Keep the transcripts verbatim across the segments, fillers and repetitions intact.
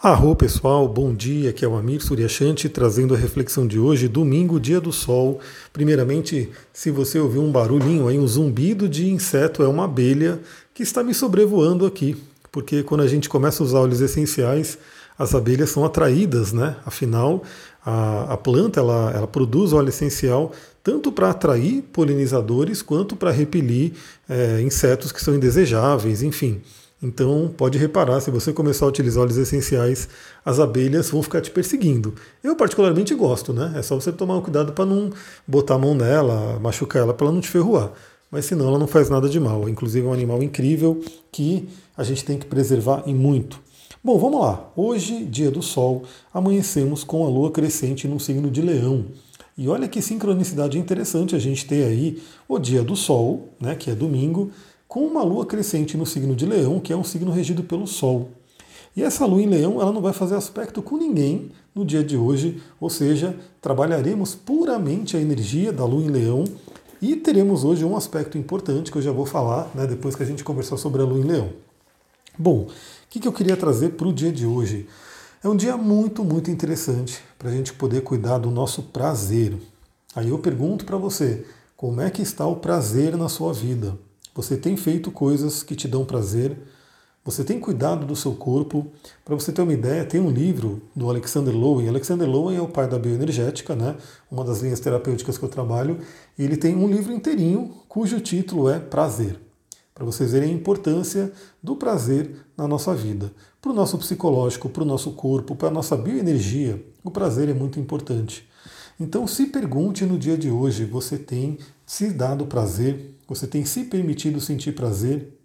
Arro pessoal, bom dia, aqui é o Amir Suryashanti trazendo a reflexão de hoje, domingo, dia do sol. Primeiramente, se você ouviu um barulhinho aí, um zumbido de inseto, é uma abelha que está me sobrevoando aqui, porque quando a gente começa a usar óleos essenciais, as abelhas são atraídas, né? Afinal, a, a planta ela, ela produz óleo essencial tanto para atrair polinizadores quanto para repelir é, insetos que são indesejáveis, enfim. Então, pode reparar, se você começar a utilizar óleos essenciais, as abelhas vão ficar te perseguindo. Eu particularmente gosto, né? É só você tomar um cuidado para não botar a mão nela, machucar ela, para ela não te ferroar. Mas senão ela não faz nada de mal. Inclusive é um animal incrível que a gente tem que preservar e muito. Bom, vamos lá. Hoje, dia do sol, amanhecemos com a lua crescente no signo de Leão. E olha que sincronicidade interessante a gente ter aí o dia do sol, né, que é domingo, com uma lua crescente no signo de Leão, que é um signo regido pelo Sol. E essa lua em Leão, ela não vai fazer aspecto com ninguém no dia de hoje, ou seja, trabalharemos puramente a energia da lua em Leão e teremos hoje um aspecto importante que eu já vou falar, né, depois que a gente conversar sobre a lua em Leão. Bom, o que, que eu queria trazer para o dia de hoje? É um dia muito, muito interessante para a gente poder cuidar do nosso prazer. Aí eu pergunto para você, como é que está o prazer na sua vida? Você tem feito coisas que te dão prazer? Você tem cuidado do seu corpo? Para você ter uma ideia, tem um livro do Alexander Lowen. Alexander Lowen é o pai da bioenergética, né? Uma das linhas terapêuticas que eu trabalho. E ele tem um livro inteirinho cujo título é Prazer. Para vocês verem a importância do prazer na nossa vida. Para o nosso psicológico, para o nosso corpo, para a nossa bioenergia, o prazer é muito importante. Então se pergunte no dia de hoje, você tem se dado prazer? Você tem se permitido sentir prazer?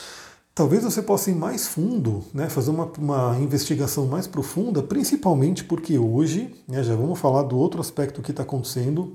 Talvez você possa ir mais fundo, né, fazer uma, uma investigação mais profunda, principalmente porque hoje, né, já vamos falar do outro aspecto que está acontecendo,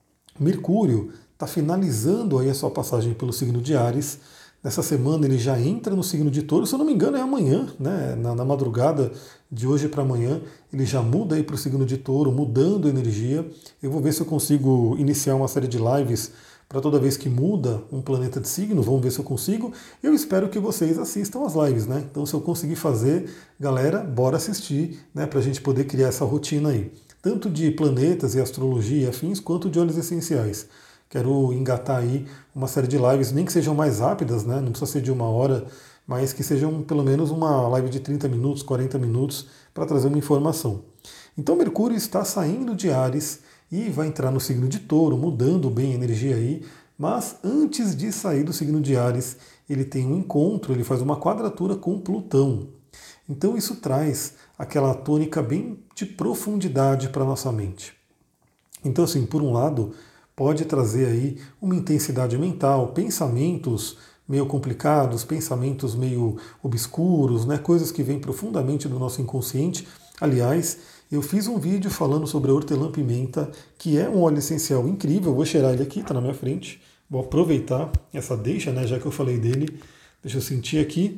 Mercúrio está finalizando aí a sua passagem pelo signo de Áries. Nessa semana ele já entra no signo de Touro, se eu não me engano é amanhã, né, na, na madrugada de hoje para amanhã, ele já muda aí para o signo de Touro, mudando energia. Eu vou ver se eu consigo iniciar uma série de lives para toda vez que muda um planeta de signo, vamos ver se eu consigo. Eu espero que vocês assistam as lives, né? Então, se eu conseguir fazer, galera, bora assistir, né? Para a gente poder criar essa rotina aí, tanto de planetas e astrologia e afins, quanto de óleos essenciais. Quero engatar aí uma série de lives, nem que sejam mais rápidas, né? Não precisa ser de uma hora, mas que sejam pelo menos uma live de trinta minutos, quarenta minutos, para trazer uma informação. Então, Mercúrio está saindo de Áries e vai entrar no signo de Touro, mudando bem a energia aí, mas antes de sair do signo de Áries, ele tem um encontro, ele faz uma quadratura com Plutão. Então isso traz aquela tônica bem de profundidade para a nossa mente. Então assim, por um lado, pode trazer aí uma intensidade mental, pensamentos meio complicados, pensamentos meio obscuros, né, coisas que vêm profundamente do nosso inconsciente. Aliás, eu fiz um vídeo falando sobre a hortelã-pimenta, que é um óleo essencial incrível. Eu vou cheirar ele aqui, está na minha frente. Vou aproveitar essa deixa, né, já que eu falei dele. Deixa eu sentir aqui.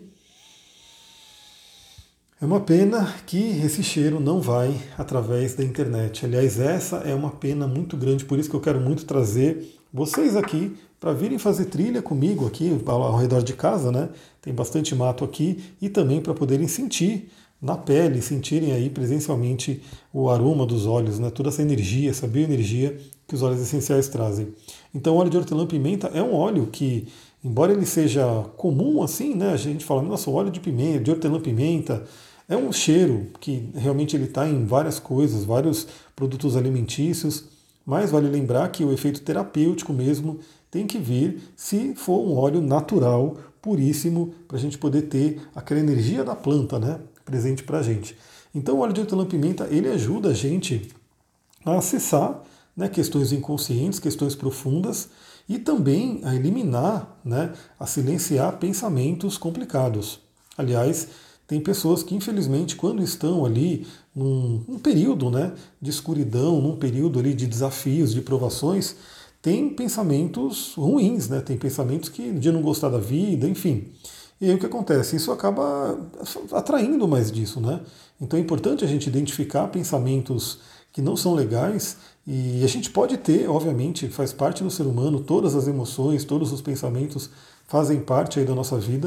É uma pena que esse cheiro não vai através da internet. Aliás, essa é uma pena muito grande, por isso que eu quero muito trazer vocês aqui para virem fazer trilha comigo aqui ao redor de casa, né? Tem bastante mato aqui e também para poderem sentir na pele, sentirem aí presencialmente o aroma dos óleos, né? Toda essa energia, essa bioenergia que os óleos essenciais trazem. Então o óleo de hortelã-pimenta é um óleo que, embora ele seja comum assim, né? A gente fala, nossa, óleo de pimenta, de hortelã-pimenta, é um cheiro que realmente ele está em várias coisas, vários produtos alimentícios, mas vale lembrar que o efeito terapêutico mesmo tem que vir se for um óleo natural, puríssimo, para a gente poder ter aquela energia da planta, né, presente para a gente. Então o óleo de hortelã-pimenta, ele ajuda a gente a acessar, né, questões inconscientes, questões profundas, e também a eliminar, né, a silenciar pensamentos complicados. Aliás, tem pessoas que, infelizmente, quando estão ali num, num período, né, de escuridão, num período ali de desafios, de provações, tem pensamentos ruins, né, tem pensamentos que de não gostar da vida, enfim. E aí o que acontece? Isso acaba atraindo mais disso, né? Então é importante a gente identificar pensamentos que não são legais, e a gente pode ter, obviamente, faz parte do ser humano, todas as emoções, todos os pensamentos fazem parte aí da nossa vida,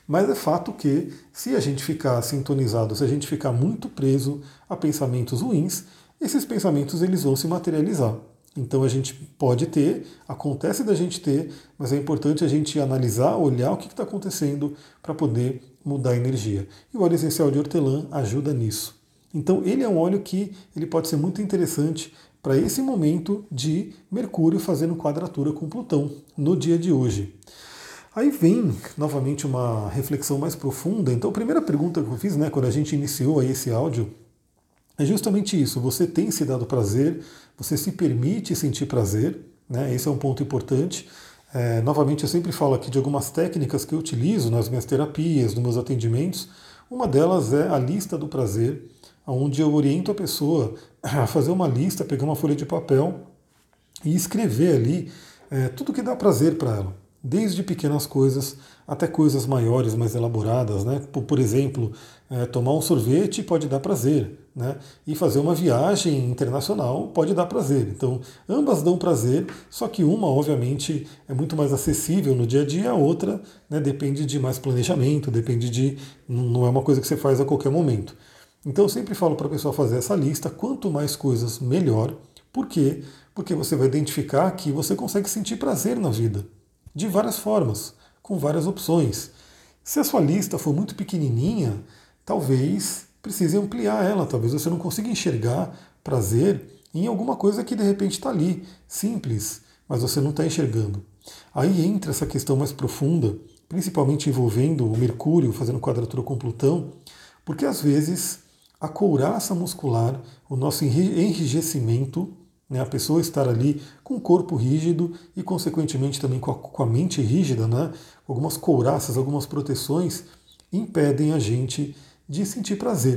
Mas é fato que, se a gente ficar sintonizado, se a gente ficar muito preso a pensamentos ruins, esses pensamentos eles vão se materializar. Então a gente pode ter, acontece da gente ter, mas é importante a gente analisar, olhar o que está acontecendo para poder mudar a energia. E o óleo essencial de hortelã ajuda nisso. Então ele é um óleo que ele pode ser muito interessante para esse momento de Mercúrio fazendo quadratura com Plutão no dia de hoje. Aí vem novamente uma reflexão mais profunda. Então a primeira pergunta que eu fiz, né, quando a gente iniciou aí esse áudio, é justamente isso. Você tem se dado prazer? Você se permite sentir prazer? Né? Esse é um ponto importante. É, novamente, eu sempre falo aqui de algumas técnicas que eu utilizo nas minhas terapias, nos meus atendimentos. Uma delas é a lista do prazer, onde eu oriento a pessoa a fazer uma lista, pegar uma folha de papel e escrever ali é, tudo que dá prazer para ela. Desde pequenas coisas até coisas maiores, mais elaboradas, né? Por, por exemplo, é, tomar um sorvete pode dar prazer, né? E fazer uma viagem internacional pode dar prazer. Então, ambas dão prazer, só que uma, obviamente, é muito mais acessível no dia a dia, a outra, né, depende de mais planejamento, depende de. Não é uma coisa que você faz a qualquer momento. Então, eu sempre falo para a pessoa fazer essa lista, quanto mais coisas, melhor. Por quê? Porque você vai identificar que você consegue sentir prazer na vida de várias formas, com várias opções. Se a sua lista for muito pequenininha, talvez precise ampliar ela, talvez você não consiga enxergar prazer em alguma coisa que de repente está ali, simples, mas você não está enxergando. Aí entra essa questão mais profunda, principalmente envolvendo o Mercúrio fazendo quadratura com Plutão, porque às vezes a couraça muscular, o nosso enrijecimento, né, a pessoa estar ali com o corpo rígido e, consequentemente, também com a, com a mente rígida, né, algumas couraças, algumas proteções, impedem a gente de sentir prazer.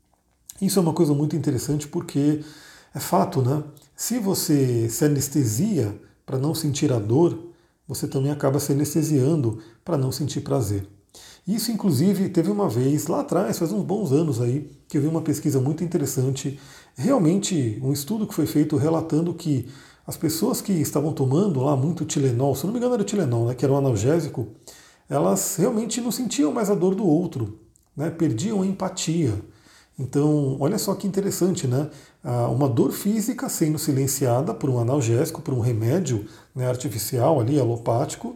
Isso é uma coisa muito interessante porque é fato, né? Se você se anestesia para não sentir a dor, você também acaba se anestesiando para não sentir prazer. Isso, inclusive, teve uma vez lá atrás, faz uns bons anos aí, que eu vi uma pesquisa muito interessante, realmente um estudo que foi feito relatando que as pessoas que estavam tomando lá muito Tilenol, se não me engano era o Tilenol, né, que era um analgésico, elas realmente não sentiam mais a dor do outro, né, perdiam a empatia. Então, olha só que interessante, né? Uma dor física sendo silenciada por um analgésico, por um remédio, né, artificial ali, alopático.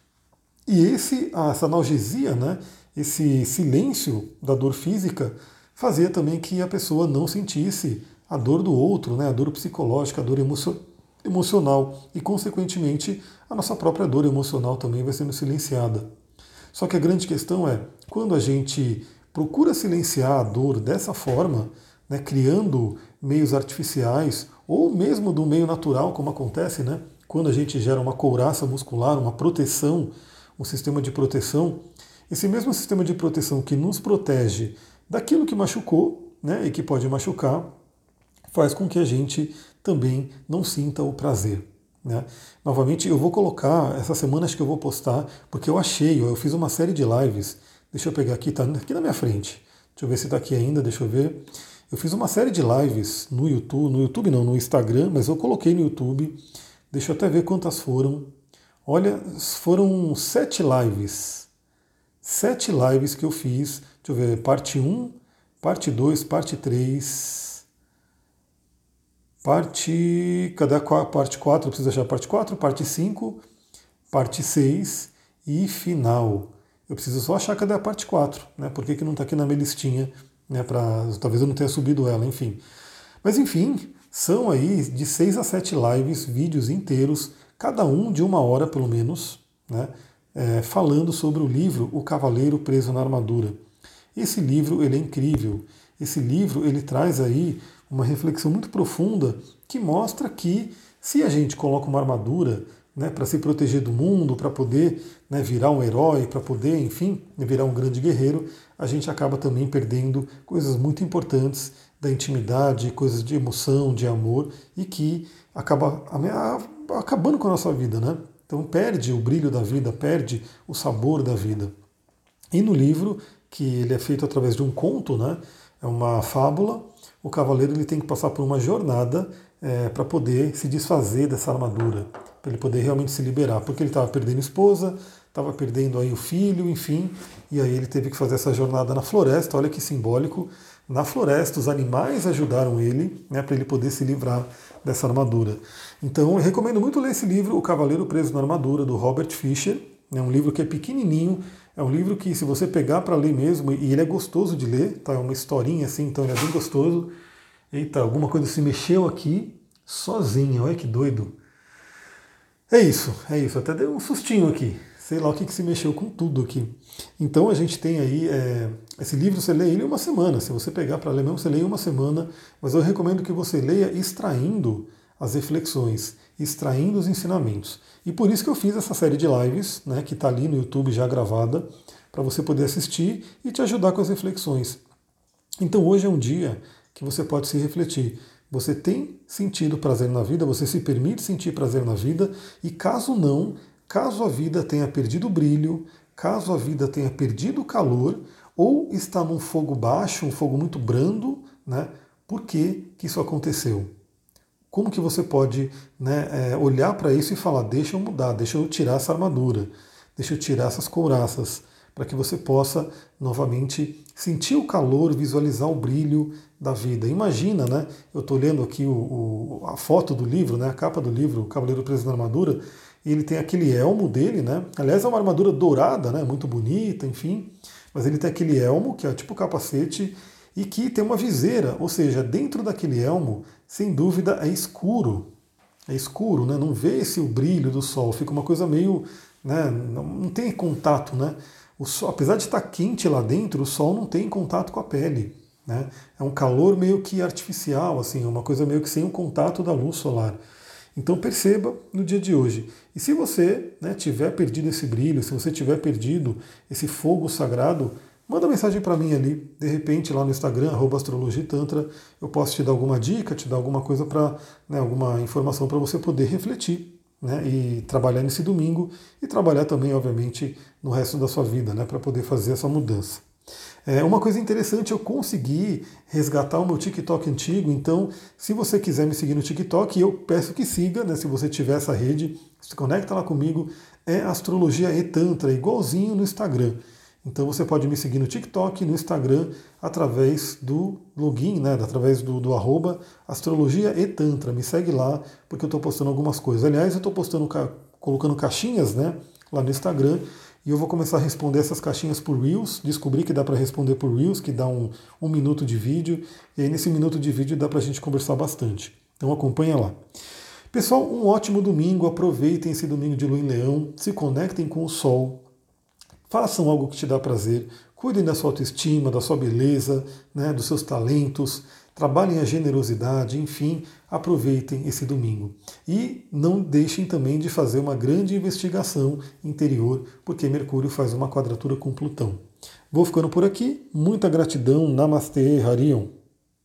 E esse, essa analgesia, né, esse silêncio da dor física, fazia também que a pessoa não sentisse a dor do outro, né, a dor psicológica, a dor emocio emocional. E, consequentemente, a nossa própria dor emocional também vai sendo silenciada. Só que a grande questão é, quando a gente procura silenciar a dor dessa forma, né, criando meios artificiais, ou mesmo do meio natural, como acontece, né, quando a gente gera uma couraça muscular, uma proteção, um sistema de proteção, esse mesmo sistema de proteção que nos protege daquilo que machucou, né, e que pode machucar, faz com que a gente também não sinta o prazer. Né? Novamente, eu vou colocar, essa semana acho que eu vou postar, porque eu achei, eu fiz uma série de lives, deixa eu pegar aqui, está aqui na minha frente, deixa eu ver se está aqui ainda, deixa eu ver. Eu fiz uma série de lives no YouTube, no YouTube não, no Instagram, mas eu coloquei no YouTube, deixa eu até ver quantas foram. Olha, foram sete lives. Sete lives que eu fiz. Deixa eu ver, parte um, parte dois, parte três. Parte. Cadê a parte quatro? Eu preciso achar a parte quatro, parte cinco, parte seis e final. Eu preciso só achar cadê a parte quatro, né? Por que, que não está aqui na minha listinha? Né? Pra, talvez eu não tenha subido ela, enfim. Mas enfim, são aí de seis a sete lives, vídeos inteiros, cada um de uma hora pelo menos, né, é, falando sobre o livro O Cavaleiro Preso na Armadura. Esse livro ele é incrível. Esse livro ele traz aí uma reflexão muito profunda que mostra que se a gente coloca uma armadura, né, para se proteger do mundo, para poder, né, virar um herói, para poder, enfim, virar um grande guerreiro, a gente acaba também perdendo coisas muito importantes da intimidade, coisas de emoção, de amor, e que acaba acabando com a nossa vida, né? Então perde o brilho da vida, perde o sabor da vida. E no livro, que ele é feito através de um conto, né? É uma fábula, o cavaleiro ele tem que passar por uma jornada é, para poder se desfazer dessa armadura, para ele poder realmente se liberar, porque ele estava perdendo esposa, estava perdendo aí o filho, enfim, e aí ele teve que fazer essa jornada na floresta, olha que simbólico, na floresta os animais ajudaram ele, né, para ele poder se livrar dessa armadura. Então eu recomendo muito ler esse livro, O Cavaleiro Preso na Armadura, do Robert Fisher, é um livro que é pequenininho, é um livro que se você pegar para ler mesmo, e ele é gostoso de ler, tá? É uma historinha assim, então ele é bem gostoso. Eita, alguma coisa se mexeu aqui sozinha, olha que doido. É isso, é isso, até deu um sustinho aqui, sei lá o que, que se mexeu com tudo aqui. Então a gente tem aí, é, esse livro você lê ele em uma semana, se você pegar para ler mesmo, você lê em uma semana, mas eu recomendo que você leia extraindo as reflexões, extraindo os ensinamentos. E por isso que eu fiz essa série de lives, né, que está ali no YouTube já gravada, para você poder assistir e te ajudar com as reflexões. Então hoje é um dia que você pode se refletir. Você tem sentido prazer na vida, você se permite sentir prazer na vida, e caso não, caso a vida tenha perdido o brilho, caso a vida tenha perdido o calor, ou está num fogo baixo, um fogo muito brando, né, por que, que isso aconteceu? Como que você pode, né, é, olhar para isso e falar, deixa eu mudar, deixa eu tirar essa armadura, deixa eu tirar essas couraças, para que você possa novamente sentir o calor, visualizar o brilho da vida. Imagina, né? Eu estou lendo aqui o, o, a foto do livro, né, a capa do livro, O Cavaleiro Preso na Armadura, e ele tem aquele elmo dele, né? Aliás, é uma armadura dourada, né? Muito bonita, enfim, mas ele tem aquele elmo, que é tipo capacete, e que tem uma viseira, ou seja, dentro daquele elmo, sem dúvida, é escuro. É escuro, né? Não vê esse o brilho do sol, fica uma coisa meio, né? Não, não tem contato, né? O sol, apesar de estar quente lá dentro, o sol não tem contato com a pele, né? É um calor meio que artificial, assim, uma coisa meio que sem o contato da luz solar. Então perceba no dia de hoje. E se você, né, tiver perdido esse brilho, se você tiver perdido esse fogo sagrado, manda mensagem para mim ali, de repente lá no Instagram, arroba astrologitantra, eu posso te dar alguma dica, te dar alguma coisa para, né, alguma informação para você poder refletir, né, e trabalhar nesse domingo e trabalhar também, obviamente, no resto da sua vida, né, para poder fazer essa mudança. É, uma coisa interessante, eu consegui resgatar o meu TikTok antigo, então se você quiser me seguir no TikTok, eu peço que siga, né, se você tiver essa rede, se conecta lá comigo, é Astrologia e Tantra, igualzinho no Instagram. Então você pode me seguir no TikTok e no Instagram através do login, né, através do, do arroba Astrologia e Tantra. Me segue lá, porque eu estou postando algumas coisas. Aliás, eu estou postando, colocando caixinhas, né, lá no Instagram, e eu vou começar a responder essas caixinhas por Reels. Descobri que dá para responder por Reels, que dá um, um minuto de vídeo, e aí nesse minuto de vídeo dá para a gente conversar bastante. Então acompanha lá. Pessoal, um ótimo domingo, aproveitem esse domingo de Lua em Leão, se conectem com o Sol, façam algo que te dá prazer, cuidem da sua autoestima, da sua beleza, né, dos seus talentos, trabalhem a generosidade, enfim, aproveitem esse domingo. E não deixem também de fazer uma grande investigação interior, porque Mercúrio faz uma quadratura com Plutão. Vou ficando por aqui, muita gratidão, Namastê, Harion.